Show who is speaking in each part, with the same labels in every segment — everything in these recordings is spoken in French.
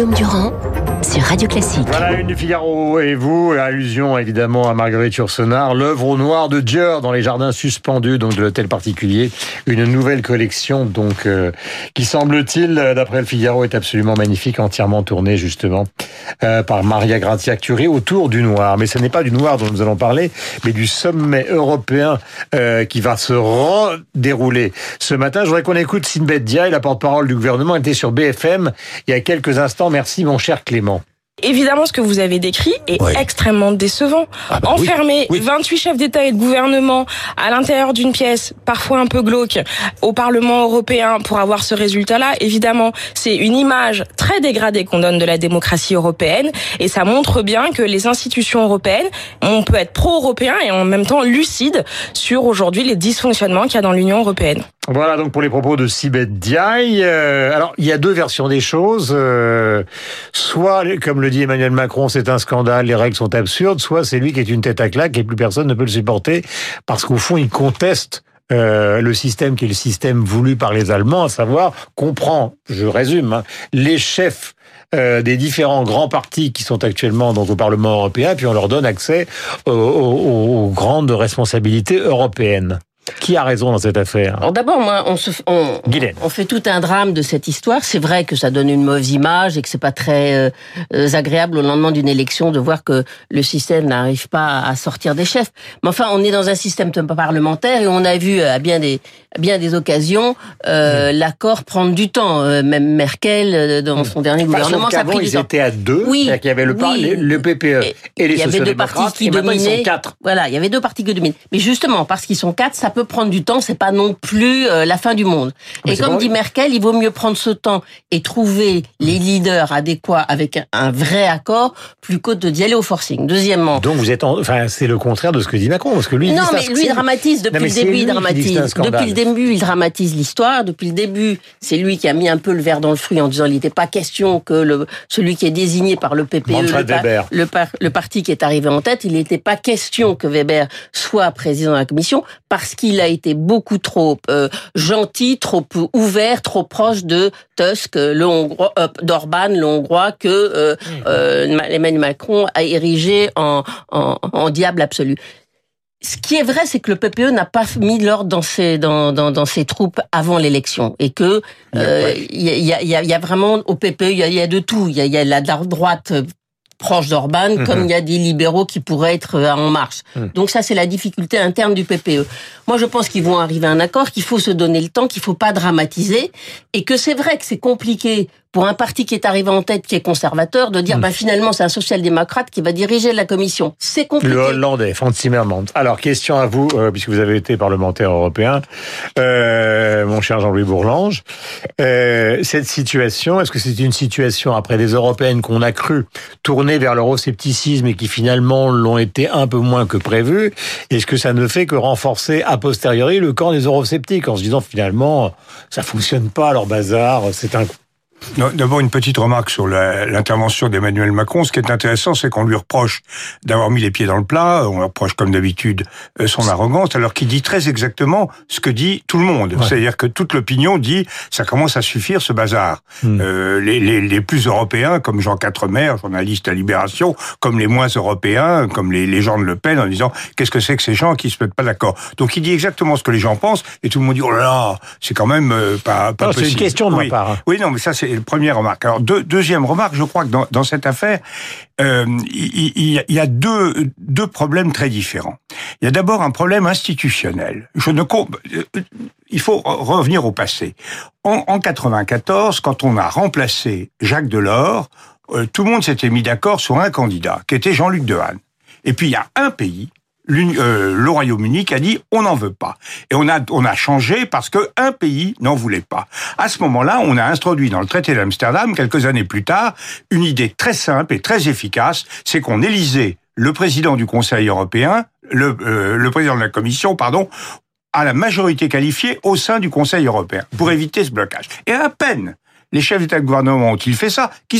Speaker 1: Guillaume Durand sur Radio Classique.
Speaker 2: Voilà, une du Figaro et vous, allusion évidemment à Marguerite Yourcenar, l'œuvre au noir de Dior dans les jardins suspendus donc de l'hôtel particulier, une nouvelle collection donc qui semble-t-il, d'après le Figaro, est absolument magnifique, entièrement tournée justement par Maria Grazia-Chiuri autour du noir. Mais ce n'est pas du noir dont nous allons parler, mais du sommet européen qui va se redérouler ce matin. Je voudrais qu'on écoute Sinbad Diaye, la porte-parole du gouvernement, elle était sur BFM il y a quelques instants. Merci mon cher Clément.
Speaker 3: Évidemment, ce que vous avez décrit est extrêmement décevant. Enfermer 28 chefs d'État et de gouvernement à l'intérieur d'une pièce, parfois un peu glauque, au Parlement européen pour avoir ce résultat-là, évidemment, c'est une image très dégradée qu'on donne de la démocratie européenne et ça montre bien que les institutions européennes, on peut être pro-européen et en même temps lucide sur aujourd'hui les dysfonctionnements qu'il y a dans l'Union européenne.
Speaker 2: Voilà donc pour les propos de Sinbad Diaye. Alors, il y a deux versions des choses. Soit, comme le dit Emmanuel Macron, c'est un scandale, les règles sont absurdes, soit c'est lui qui est une tête à claque et plus personne ne peut le supporter parce qu'au fond, il conteste le système qui est le système voulu par les Allemands, à savoir qu'on prend, je résume, les chefs des différents grands partis qui sont actuellement donc au Parlement européen, puis on leur donne accès aux grandes responsabilités européennes. Qui a raison dans cette affaire ?
Speaker 4: Alors d'abord, moi, on fait tout un drame de cette histoire. C'est vrai que ça donne une mauvaise image et que c'est pas très agréable au lendemain d'une élection de voir que le système n'arrive pas à sortir des chefs. Mais enfin, on est dans un système parlementaire et on a vu à bien des occasions l'accord prendre du temps. Même Merkel, dans son dernier gouvernement, ça a pris du temps.
Speaker 2: Ils étaient à deux.
Speaker 4: Oui.
Speaker 2: C'est-à-dire qu'il y avait le PPE et les sociaux-démocrates.
Speaker 4: Qui dominaient.
Speaker 2: Ils sont quatre.
Speaker 4: Voilà, il y avait deux partis qui dominaient. Mais justement, parce qu'ils sont quatre, ça peut prendre du temps, c'est pas non plus la fin du monde. Et comme dit Merkel, il vaut mieux prendre ce temps et trouver les leaders adéquats avec un vrai accord plutôt que d'y aller au forcing. Deuxièmement.
Speaker 2: Donc vous êtes c'est le contraire de ce que dit Macron, parce que lui,
Speaker 4: non, mais lui, il dramatise depuis le début, Depuis le début, il dramatise l'histoire. Depuis le début, c'est lui qui a mis un peu le verre dans le fruit en disant qu'il n'était pas question que celui qui est désigné par le PPE, le parti qui est arrivé en tête, il n'était pas question que Weber soit président de la Commission parce qu'il a été beaucoup trop gentil, trop ouvert, trop proche de Tusk, d'Orban, le Hongrois, que Emmanuel Macron a érigé en diable absolu. Ce qui est vrai, c'est que le PPE n'a pas mis l'ordre dans ses troupes avant l'élection et que il y a vraiment au PPE il y a de tout. Il y a la droite proche d'Orban, comme il y a des libéraux qui pourraient être en marche. Donc ça, c'est la difficulté interne du PPE. Moi, je pense qu'ils vont arriver à un accord, qu'il faut se donner le temps, qu'il faut pas dramatiser, et que c'est vrai que c'est compliqué pour un parti qui est arrivé en tête, qui est conservateur, de dire finalement c'est un social-démocrate qui va diriger la commission. C'est compliqué.
Speaker 2: Le Hollandais, Frans Timmermans. Alors, question à vous, puisque vous avez été parlementaire européen, mon cher Jean-Louis Bourlange. Cette situation, est-ce que c'est une situation, après des européennes qu'on a cru tourner vers l'euroscepticisme et qui finalement l'ont été un peu moins que prévu, est-ce que ça ne fait que renforcer a posteriori le camp des eurosceptiques en se disant finalement ça fonctionne pas leur bazar, c'est un...
Speaker 5: D'abord, une petite remarque sur l'intervention d'Emmanuel Macron. Ce qui est intéressant, c'est qu'on lui reproche d'avoir mis les pieds dans le plat. On lui reproche, comme d'habitude, son arrogance, alors qu'il dit très exactement ce que dit tout le monde. Ouais. C'est-à-dire que toute l'opinion dit ça commence à suffire, ce bazar. Les plus européens, comme Jean Quatremer, journaliste à Libération, comme les moins européens, comme les gens de Le Pen, en disant qu'est-ce que c'est que ces gens qui se mettent pas d'accord. Donc il dit exactement ce que les gens pensent, et tout le monde dit oh là là, c'est quand même pas possible.
Speaker 2: C'est une question de ma part.
Speaker 5: Oui, non, mais ça c'est première remarque. Alors deuxième remarque, je crois que dans cette affaire, il y a deux problèmes très différents. Il y a d'abord un problème institutionnel. Il faut revenir au passé. En 94, quand on a remplacé Jacques Delors, tout le monde s'était mis d'accord sur un candidat, qui était Jean-Luc Dehaene. Et puis il y a un pays, le Royaume-Uni, qui a dit on n'en veut pas. Et on a changé parce que un pays n'en voulait pas. À ce moment-là, on a introduit dans le traité d'Amsterdam, quelques années plus tard, une idée très simple et très efficace, c'est qu'on élisait le président du Conseil européen, le président de la Commission, à la majorité qualifiée au sein du Conseil européen, pour éviter ce blocage. Et à peine les chefs d'État et de gouvernement ont-ils fait ça, qu'ils ont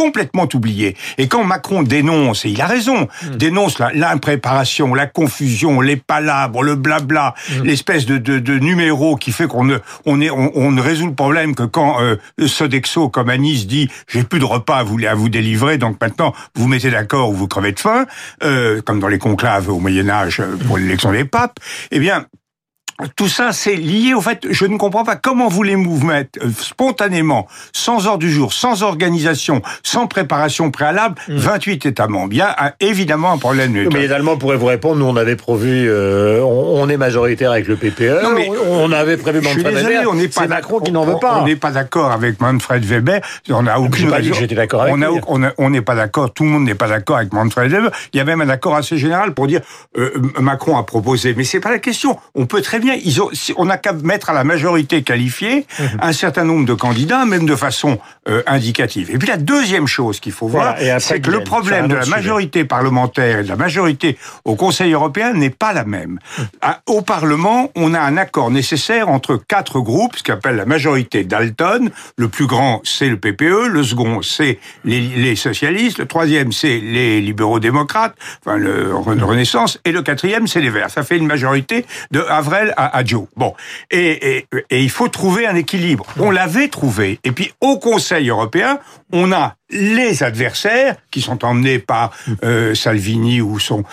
Speaker 5: complètement oublié. Et quand Macron dénonce, et il a raison, dénonce l'impréparation, la confusion, les palabres, le blabla, l'espèce de numéro qui fait qu'on ne résout le problème que quand Sodexo, comme Anis, dit « j'ai plus de repas à vous délivrer, donc maintenant vous mettez d'accord ou vous crevez de faim », comme dans les conclaves au Moyen-Âge pour l'élection des papes, eh bien, tout ça, c'est lié au fait, je ne comprends pas comment voulez-vous mettre spontanément, sans ordre du jour, sans organisation, sans préparation préalable, 28 États membres. Il y a évidemment un problème.
Speaker 2: Mais les Allemands pourraient vous répondre, nous on avait prévu, on est majoritaire avec le PPE, non, mais on avait prévu Manfred Weber, c'est Macron qui n'en veut pas.
Speaker 5: On n'est pas d'accord avec Manfred Weber, on n'a aucune raison.
Speaker 2: J'étais d'accord avec lui.
Speaker 5: On n'est pas d'accord, tout le monde n'est pas d'accord avec Manfred Weber. Il y a même un accord assez général pour dire, Macron a proposé, mais c'est pas la question. On peut très bien, on n'a qu'à mettre à la majorité qualifiée un certain nombre de candidats, même de façon indicative. Et puis la deuxième chose qu'il faut voir, c'est que le problème de la majorité parlementaire et de la majorité au Conseil européen n'est pas la même. Au Parlement, on a un accord nécessaire entre 4 groupes, ce qu'on appelle la majorité Dalton. Le plus grand, c'est le PPE. Le second, c'est les socialistes. Le troisième, c'est les libéraux-démocrates, enfin le Renaissance. Et le quatrième, c'est les Verts. Ça fait une majorité de Havrel à Joe. Bon. Et il faut trouver un équilibre. On l'avait trouvé. Et puis, au Conseil européen, on a les adversaires qui sont emmenés par Salvini ou son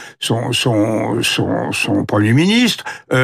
Speaker 5: premier ministre,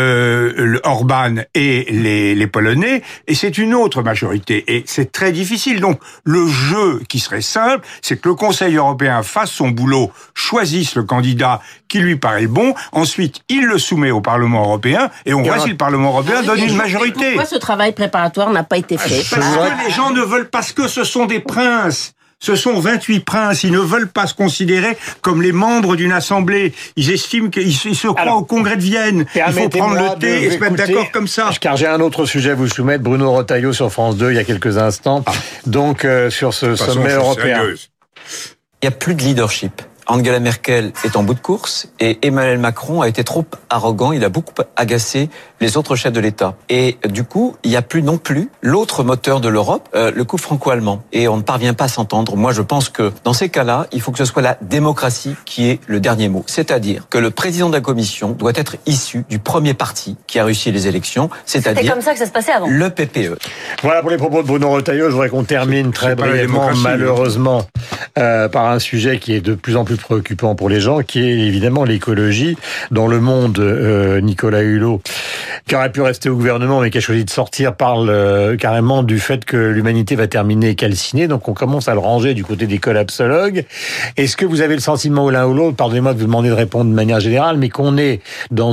Speaker 5: Orban et les Polonais, et c'est une autre majorité. Et c'est très difficile. Donc, le jeu qui serait simple, c'est que le Conseil européen fasse son boulot, choisisse le candidat qui lui paraît le bon, ensuite il le soumet au Parlement européen, et on voit si le Parlement européen donne une majorité.
Speaker 4: Pourquoi ce travail préparatoire n'a pas été fait?
Speaker 5: Parce que les gens ne veulent, parce que ce sont des princes. Ce sont 28 princes, ils ne veulent pas se considérer comme les membres d'une assemblée. Ils estiment qu'ils se croient au congrès de Vienne. Il faut prendre le thé et se mettre d'accord comme ça.
Speaker 2: Car j'ai un autre sujet à vous soumettre, Bruno Retailleau sur France 2 il y a quelques instants. Donc sur ce sommet européen.
Speaker 6: Il n'y a plus de leadership. Angela Merkel est en bout de course et Emmanuel Macron a été trop arrogant, il a beaucoup agacé les autres chefs de l'État. Et du coup, il n'y a plus non plus l'autre moteur de l'Europe, le couple franco-allemand. Et on ne parvient pas à s'entendre. Moi, je pense que dans ces cas-là, il faut que ce soit la démocratie qui ait le dernier mot. C'est-à-dire que le président de la Commission doit être issu du premier parti qui a réussi les élections, c'est-à-dire
Speaker 7: c'était comme ça que ça se passait avant.
Speaker 6: Le PPE.
Speaker 2: Voilà pour les propos de Bruno Retailleau. Je voudrais qu'on termine très brièvement, malheureusement, par un sujet qui est de plus en plus préoccupant pour les gens, qui est évidemment l'écologie. Dans Le Monde, Nicolas Hulot, qui aurait pu rester au gouvernement mais qui a choisi de sortir, parle carrément du fait que l'humanité va terminer calcinée, donc on commence à le ranger du côté des collapsologues. Est-ce que vous avez le sentiment l'un ou l'autre, pardonnez-moi de vous demander de répondre de manière générale, mais qu'on est dans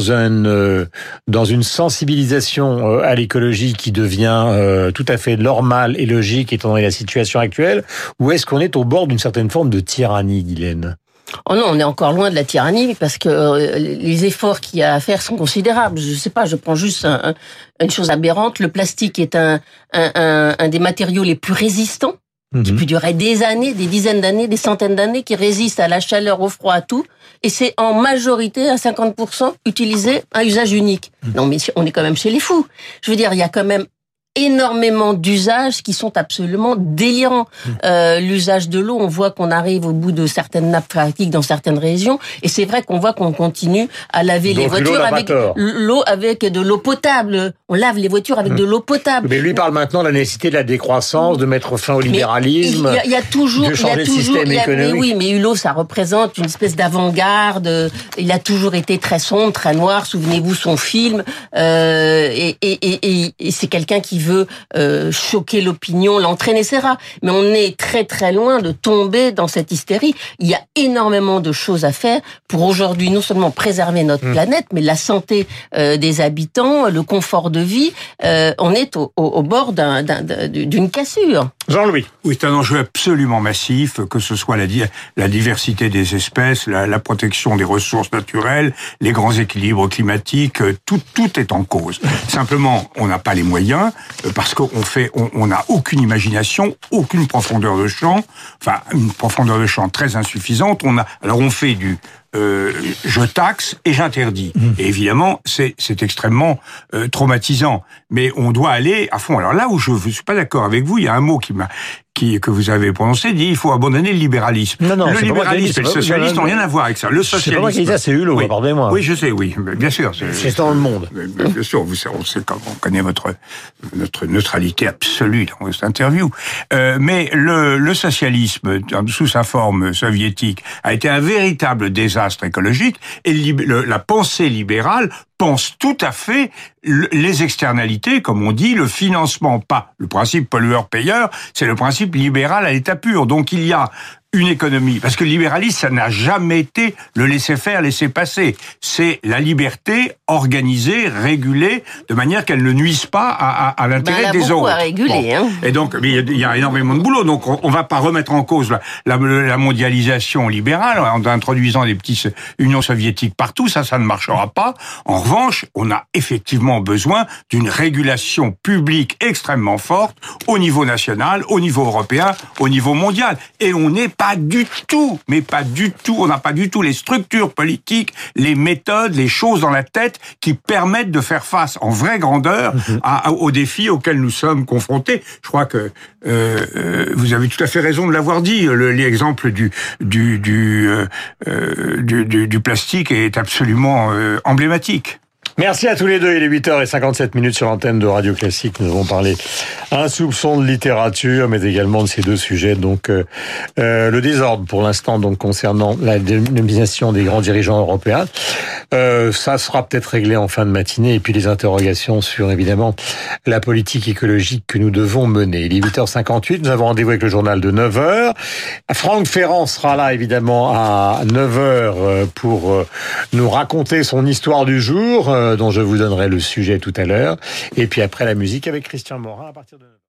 Speaker 2: une sensibilisation à l'écologie qui devient tout à fait normale et logique étant donné la situation actuelle, ou est-ce qu'on est au bord d'une certaine forme de tyrannie, Guylaine ?
Speaker 4: Oh non, on est encore loin de la tyrannie parce que les efforts qu'il y a à faire sont considérables. Je sais pas, je prends juste une chose aberrante. Le plastique est un des matériaux les plus résistants, qui peut durer des années, des dizaines d'années, des centaines d'années, qui résiste à la chaleur, au froid, à tout. Et c'est en majorité, à 50%, utilisé à usage unique. Non, mais on est quand même chez les fous. Je veux dire, il y a quand même énormément d'usages qui sont absolument délirants. L'usage de l'eau, on voit qu'on arrive au bout de certaines nappes phréatiques dans certaines régions, et c'est vrai qu'on voit qu'on continue à laver les voitures avec de l'eau potable. On lave les voitures avec de l'eau potable.
Speaker 2: Mais lui parle maintenant de la nécessité de la décroissance, de mettre fin au libéralisme,
Speaker 4: il y a toujours,
Speaker 2: de changer le système économique.
Speaker 4: Mais oui, mais Hulot, ça représente une espèce d'avant-garde. Il a toujours été très sombre, très noir. Souvenez-vous son film. Et c'est quelqu'un qui veut choquer l'opinion, l'entraîner, etc. Mais on est très très loin de tomber dans cette hystérie. Il y a énormément de choses à faire pour aujourd'hui non seulement préserver notre planète, mais la santé des habitants, le confort de vie. On est au bord d'une cassure.
Speaker 2: Jean-Louis.
Speaker 5: Oui, c'est un enjeu absolument massif, que ce soit la diversité des espèces, la protection des ressources naturelles, les grands équilibres climatiques, tout est en cause. Simplement, on n'a pas les moyens, parce qu'on n'a aucune imagination, aucune profondeur de champ, enfin, une profondeur de champ très insuffisante. On fait du je taxe et j'interdis. Et évidemment, c'est extrêmement traumatisant. Mais on doit aller à fond. Alors là où je ne suis pas d'accord avec vous, il y a un mot que vous avez prononcé dit il faut abandonner le libéralisme.
Speaker 2: Non,
Speaker 5: le libéralisme et le socialisme n'ont rien à voir avec ça. Le socialisme.
Speaker 2: C'est pas moi qui dis ça, c'est Hulot,
Speaker 5: oui.
Speaker 2: pardonnez-moi.
Speaker 5: Oui, je sais, oui, bien sûr.
Speaker 2: C'est dans le monde.
Speaker 5: Bien sûr, on connaît notre neutralité absolue dans cette interview. Mais le socialisme, sous sa forme soviétique, a été un véritable désastre écologique et la pensée libérale pense tout à fait les externalités, comme on dit, le financement, pas le principe pollueur-payeur, c'est le principe libéral à l'état pur. Donc il y a une économie, parce que le libéralisme, ça n'a jamais été le laisser-faire, laisser-passer. C'est la liberté organisée, régulée, de manière qu'elle ne nuise pas à l'intérêt des autres.
Speaker 4: À réguler, hein.
Speaker 5: Et donc, il y a énormément de boulot. Donc, on va pas remettre en cause la mondialisation libérale en introduisant des petites unions soviétiques partout. Ça ne marchera pas. En revanche, on a effectivement besoin d'une régulation publique extrêmement forte au niveau national, au niveau européen, au niveau mondial. Et on n'est pas du tout, on n'a pas du tout les structures politiques, les méthodes, les choses dans la tête qui permettent de faire face en vraie grandeur aux défis auxquels nous sommes confrontés. Je crois que vous avez tout à fait raison de l'avoir dit. L'exemple du plastique est absolument emblématique.
Speaker 2: Merci à tous les deux. Il est 8h57 sur l'antenne de Radio Classique. Nous avons parlé un soupçon de littérature, mais également de ces deux sujets. Donc, le désordre, pour l'instant, donc concernant la dénomination des grands dirigeants européens. Ça sera peut-être réglé en fin de matinée. Et puis les interrogations sur, évidemment, la politique écologique que nous devons mener. Il est 8h58. Nous avons rendez-vous avec le journal de 9h. Franck Ferrand sera là, évidemment, à 9h pour nous raconter son histoire du jour, dont je vous donnerai le sujet tout à l'heure. Et puis après la musique avec Christian Morin à partir de 9h.